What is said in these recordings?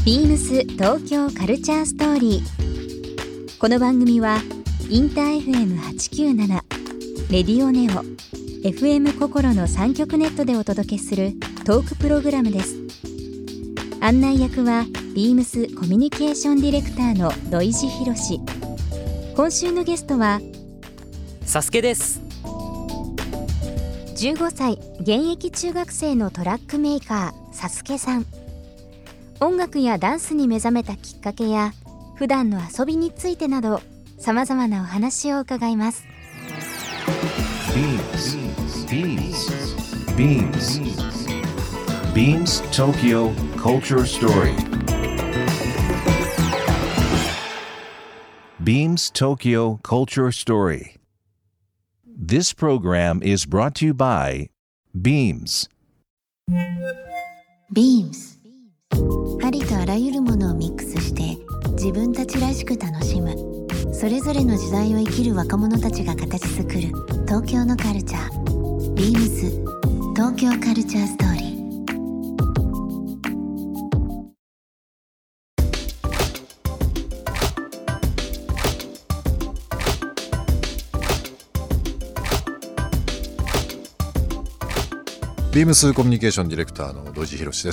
ビームス東京カルチャーストーリー。この番組はインター FM897 レディオネオ FM 心の3極ネットでお届けするトークプログラムです。案内役はビームスコミュニケーションディレクターの土井博志。今週のゲストはサスケです。 15歳現役中学生のトラックメーカーサスケさん。音楽やダンスに目覚めたきっかけや普段の遊びについてなどさまざまなお話を伺います。 Beams Tokyo Culture Story. Beams Tokyo Culture Story. This program is brought to you by Beams. Beams ありとあらゆるものをミックスして自分たちらしく楽しむ、それぞれの時代を生きる若者たちが形作る東京のカルチャー。 Beams 東京カルチャーストーリー。 ビームスコミュニケーションディレクターの土井博志です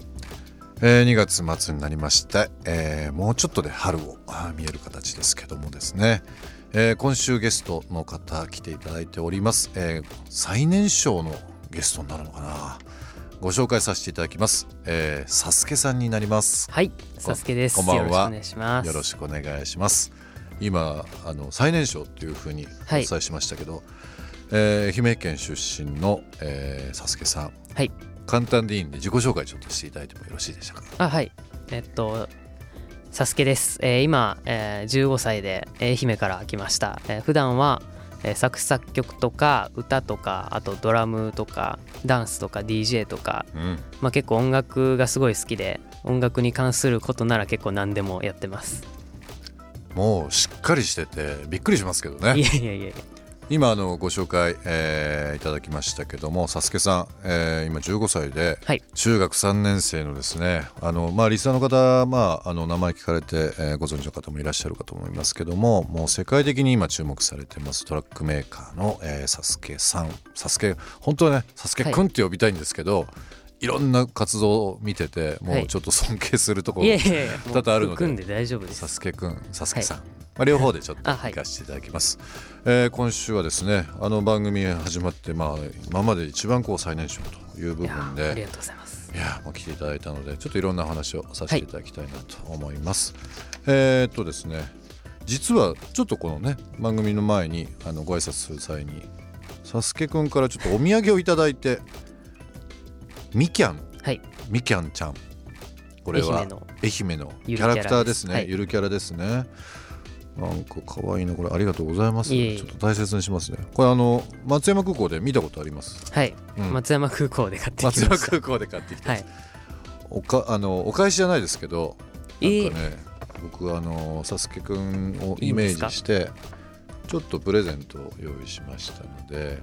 。2月末になりまして、もうちょっとで春を見える形ですけどもですね、今週ゲストの方来ていただいております。最年少のゲストになるのかな。ご紹介させていただきます。サスケさんになります。 はい、サスケです。 こんばんは。 よろしくお願いします。 よろしくお願いします。今最年少というふうにお伝えしましたけど、愛媛県出身の、サスケさん、 はい、 簡単でいいんで自己紹介ちょっとしていただいてもよろしいでしょうか。 はい、サスケです。今、15歳で愛媛から来ました。普段は、作詞作曲とか歌とか、あとドラムとかダンスとか DJ とか、結構音楽がすごい好きで、音楽に関することなら結構何でもやってます。 もうしっかりしててびっくりしますけどね。 いやいやいやいや、 今ご紹介、いただきましたけども、サスケさん、今15歳で、はい、中学3年生のですね、リスナーの方、名前聞かれて、ご存知の方もいらっしゃるかと思いますけども、もう世界的に今注目されてますトラックメーカーの、サスケさん。サスケ、本当はねサスケくんって呼びたいんですけど、いろんな活動を見ててもうちょっと尊敬するところ多々あるので、 組んで大丈夫です。 サスケくん、サスケさん、両方でちょっと行かせていただきます。今週はですね、番組始まって、今まで一番最年少という部分で、 ありがとうございます。 もう来ていただいたので、ちょっといろんな話をさせていただきたいなと思います。ですね、実はちょっとこのね番組の前にご挨拶する際にサスケくんからちょっとお土産をいただいて、みきゃん、みきゃんちゃん、これは愛媛のキャラクターですね。ゆるキャラですね。なんか可愛いなこれ。ありがとうございます。ちょっと大切にしますね。これ松山空港で見たことあります。 はい、松山空港で買ってきました。 松山空港で買ってきた、はい、お返しじゃないですけど、なんかね、僕サスケくんをイメージしてちょっとプレゼントを用意しましたので。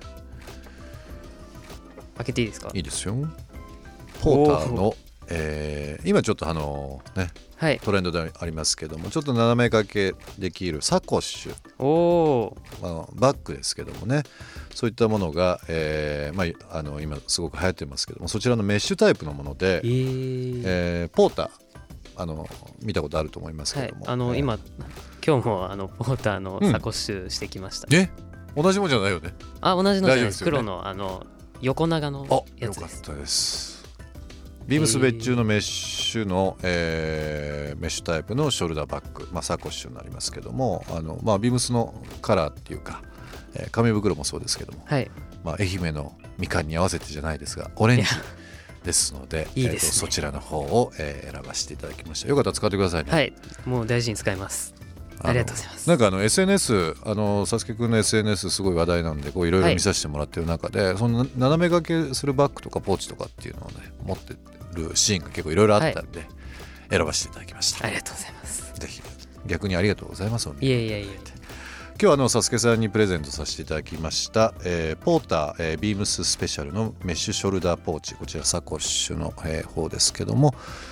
開けていいですか。 いいですよ。ポーターの今ちょっとトレンドでありますけども、ちょっと斜め掛けできるサコッシュ、バッグですけどもね、そういったものが、今すごく流行ってますけども、そちらのメッシュタイプのもので、ポーター見たことあると思いますけども、 今日もポーターのサコッシュしてきました。 同じものじゃないよね。 同じのじゃないです。黒の横長のやつです。 よかったです。ビームス別注のメッシュの、メッシュタイプのショルダーバッグ、サコッシュになりますけども、ビームスのカラーっていうか、紙袋もそうですけども、愛媛のみかんに合わせてじゃないですがオレンジですので、 いいですね。 そちらの方を、選ばせていただきました。よかったら使ってくださいね。 はい、もう大事に使います。ありがとうございます。 なんかSNS、サスケくんの SNS すごい話題なんで、いろいろ見させてもらってる中で、その斜め掛けするバッグとかポーチとかっていうのをね持ってるシーンが結構いろいろあったんで、選ばせていただきました。 ありがとうございます。 ぜひ逆にありがとうございます。 いえ。 今日はサスケさんにプレゼントさせていただきました、ポーター、ビームススペシャルのメッシュショルダーポーチ、こちらサコッシュの、方ですけども、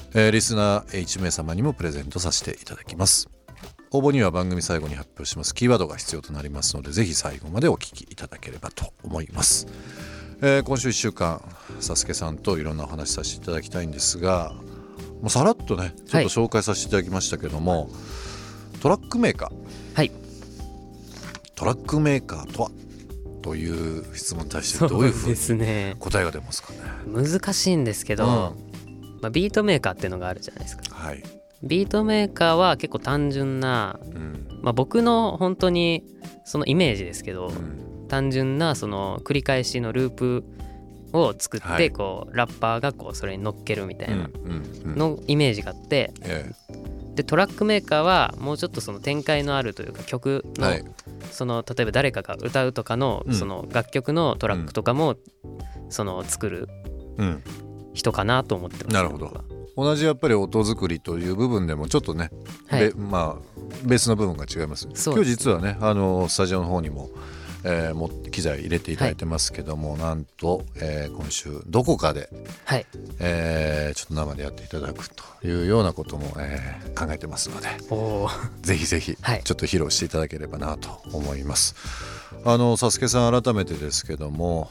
リスナー1名様にもプレゼントさせていただきます。応募には番組最後に発表しますキーワードが必要となりますので、ぜひ最後までお聞きいただければと思います。今週1週間サスケさんといろんなお話させていただきたいんですが、もうさらっとねちょっと紹介させていただきましたけども、トラックメーカー、 はい、 トラックメーカーとはという質問に対してどういうふうに答えが出ますかね。 難しいんですけど、ビートメーカーっていうのがあるじゃないですか。 はい、 ビートメーカーは結構単純な、僕の本当にそのイメージですけど、単純なその繰り返しのループを作ってこうラッパーがこうそれに乗っけるみたいなのイメージがあって、でトラックメーカーはもうちょっとその展開のあるというか曲のその例えば誰かが歌うとかのその楽曲のトラックとかもその作る人かなと思ってます。 なるほど。同じやっぱり音作りという部分でもちょっとね、ベースの部分が違います。今日実はねスタジオの方にも機材入れていただいてますけども、なんと、今週どこかで、ちょっと生でやっていただくというようなことも、考えてますので、ぜひぜひちょっと披露していただければなと思います。サスケさん改めてですけども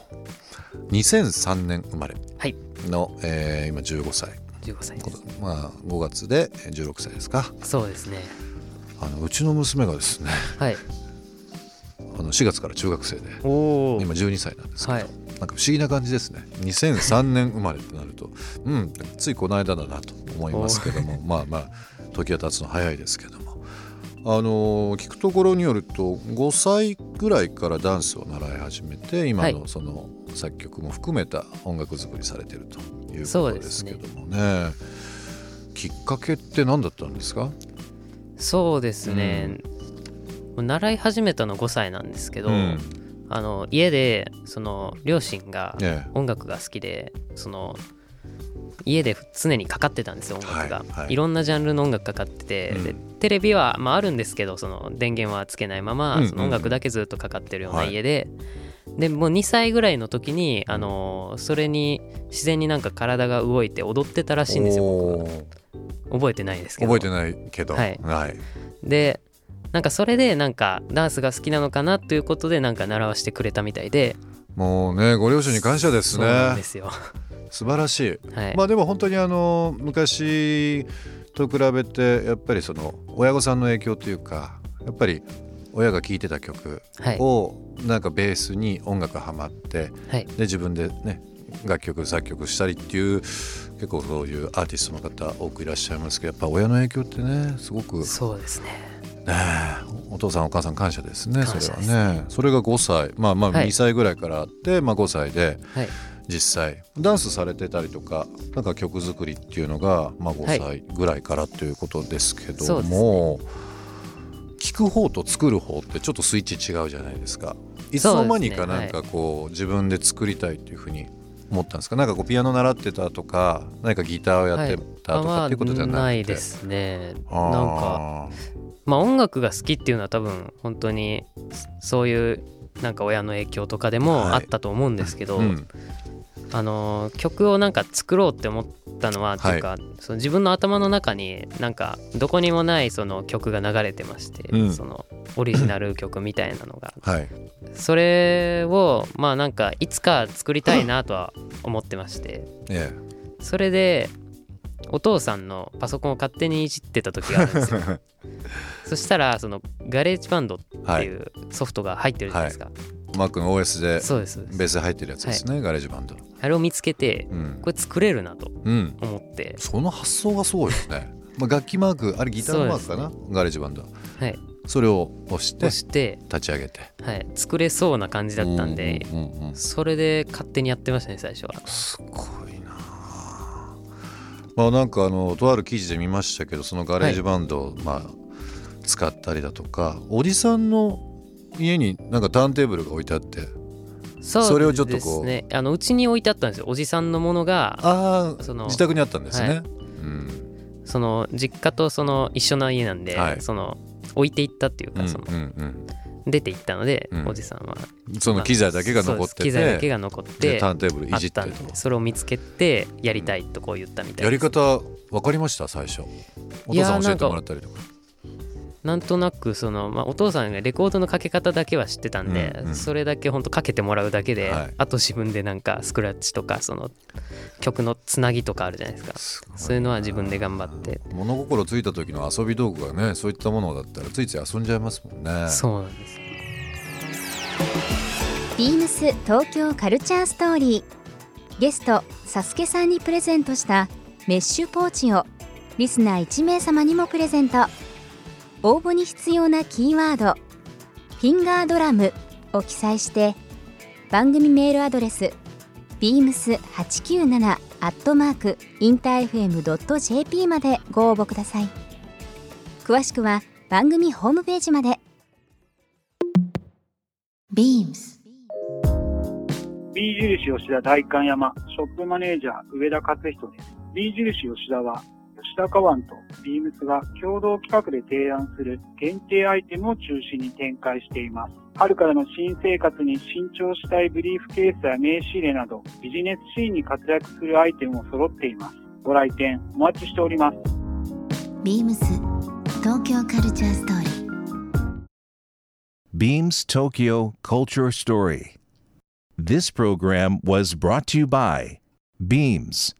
2003年生まれの、今15歳です5月で16歳ですか。 そうですね。 うちの娘がですね、4月から中学生で今12歳なんですけど、なんか不思議な感じですね。2003年生まれとなるとついこの間だなと思いますけどもまあ時が経つの早いですけども、聞くところによると5歳ぐらいからダンスを習い始めて、今のその作曲も含めた音楽作りされているということですけどもね。きっかけって何だったんですか？ そうですね、習い始めたの5歳なんですけど、家でその両親が音楽が好きで、その家で常にかかってたんですよ、音楽が、いろんなジャンルの音楽かかってて、でテレビはあるんですけど、その電源はつけないままその音楽だけずっとかかってるような家で、でもう2歳ぐらいの時にそれに自然になんか体が動いて踊ってたらしいんですよ。僕は覚えてないですけど。 覚えてないけど、 でなんかそれでなんかダンスが好きなのかなということでなんか習わせてくれたみたいで、 もうねご両親に感謝ですね。 そうなんですよ。 素晴らしい。でも本当に昔と比べてやっぱりその親御さんの影響というか、やっぱり親が聴いてた曲をなんかベースに音楽がハマって、で自分でね楽曲作曲したりっていう結構そういうアーティストの方多くいらっしゃいますけど、やっぱ親の影響ってねすごく。 そうですね。 お父さんお母さん感謝ですね。それはね。それが5歳2歳ぐらいからあって、5歳で実際ダンスされてたりとか、なんか曲作りっていうのが5歳ぐらいからということですけども、聴く方と作る方ってちょっとスイッチ違うじゃないですか。いつの間にかなんかこう自分で作りたいっていうふうに思ったんですか？なんかこうピアノ習ってたとか、何かギターをやってたとかっていうことじゃなくて。 ないですね。なんか音楽が好きっていうのは多分本当にそういうなんか親の影響とかでもあったと思うんですけど、曲をなんか作ろうって思ったのはっていうか、その自分の頭の中になんかどこにもないその曲が流れてまして、そのオリジナル曲みたいなのが、それをなんかいつか作りたいなとは思ってまして、それでお父さんのパソコンを勝手にいじってた時があるんですよ。そしたらそのガレージバンドっていうソフトが入ってるじゃないですか。 Mac の OS でそうですベース入ってるやつですね、ガレージバンド。 あれを見つけて、これ作れるなと思って、 その発想がすごいですね。楽器マーク、あれギターのマークかな、ガレージバンド。それを押して立ち上げて、 作れそうな感じだったんで、それで勝手にやってましたね最初は。 すごいな。なんかとある記事で見ましたけど、そのガレージバンドを使ったりだとか、おじさんの家になんかターンテーブルが置いてあって、それをちょっとこううちに置いてあったんですよ、おじさんのものが。 その自宅にあったんですね。 その実家とその一緒な家なんで、その置いていったっていうか、その出ていったので、おじさんはその機材だけが残ってて、 機材だけが残ってターンテーブルいじってと、 それを見つけてやりたいとこう言ったみたいな。 やり方分かりました最初。お父さん教えてもらったりとか。 なんとなくお父さんがレコードのかけ方だけは知ってたんで、 うんうん、 それだけ本当かけてもらうだけで、 はい、 あと自分でなんかスクラッチとかその曲のつなぎとかあるじゃないですか。そういうのは自分で頑張って。 物心ついた時の遊び道具がね、そういったものだったらついつい遊んじゃいますもんね。 そうなんです。 ビームス東京カルチャーストーリー、ゲストサスケさんにプレゼントしたメッシュポーチをリスナー1名様にもプレゼント。応募に必要なキーワードフィンガードラムを記載して番組メールアドレス beams897@interfm.jp までご応募ください。詳しくは番組ホームページまで。 BEAMS B 印吉田代官山ショップマネージャー上田勝人です。B 印吉田は吉高湾とビームスが共同企画で提案する限定アイテムを中心に展開しています。春からの新生活に新調したいブリーフケースや名刺入れなどビジネスシーンに活躍するアイテムも揃っています。ご来店お待ちしております。 ビームス東京カルチャーストーリー。 Beams Tokyo Culture Story. This program was brought to you by Beams.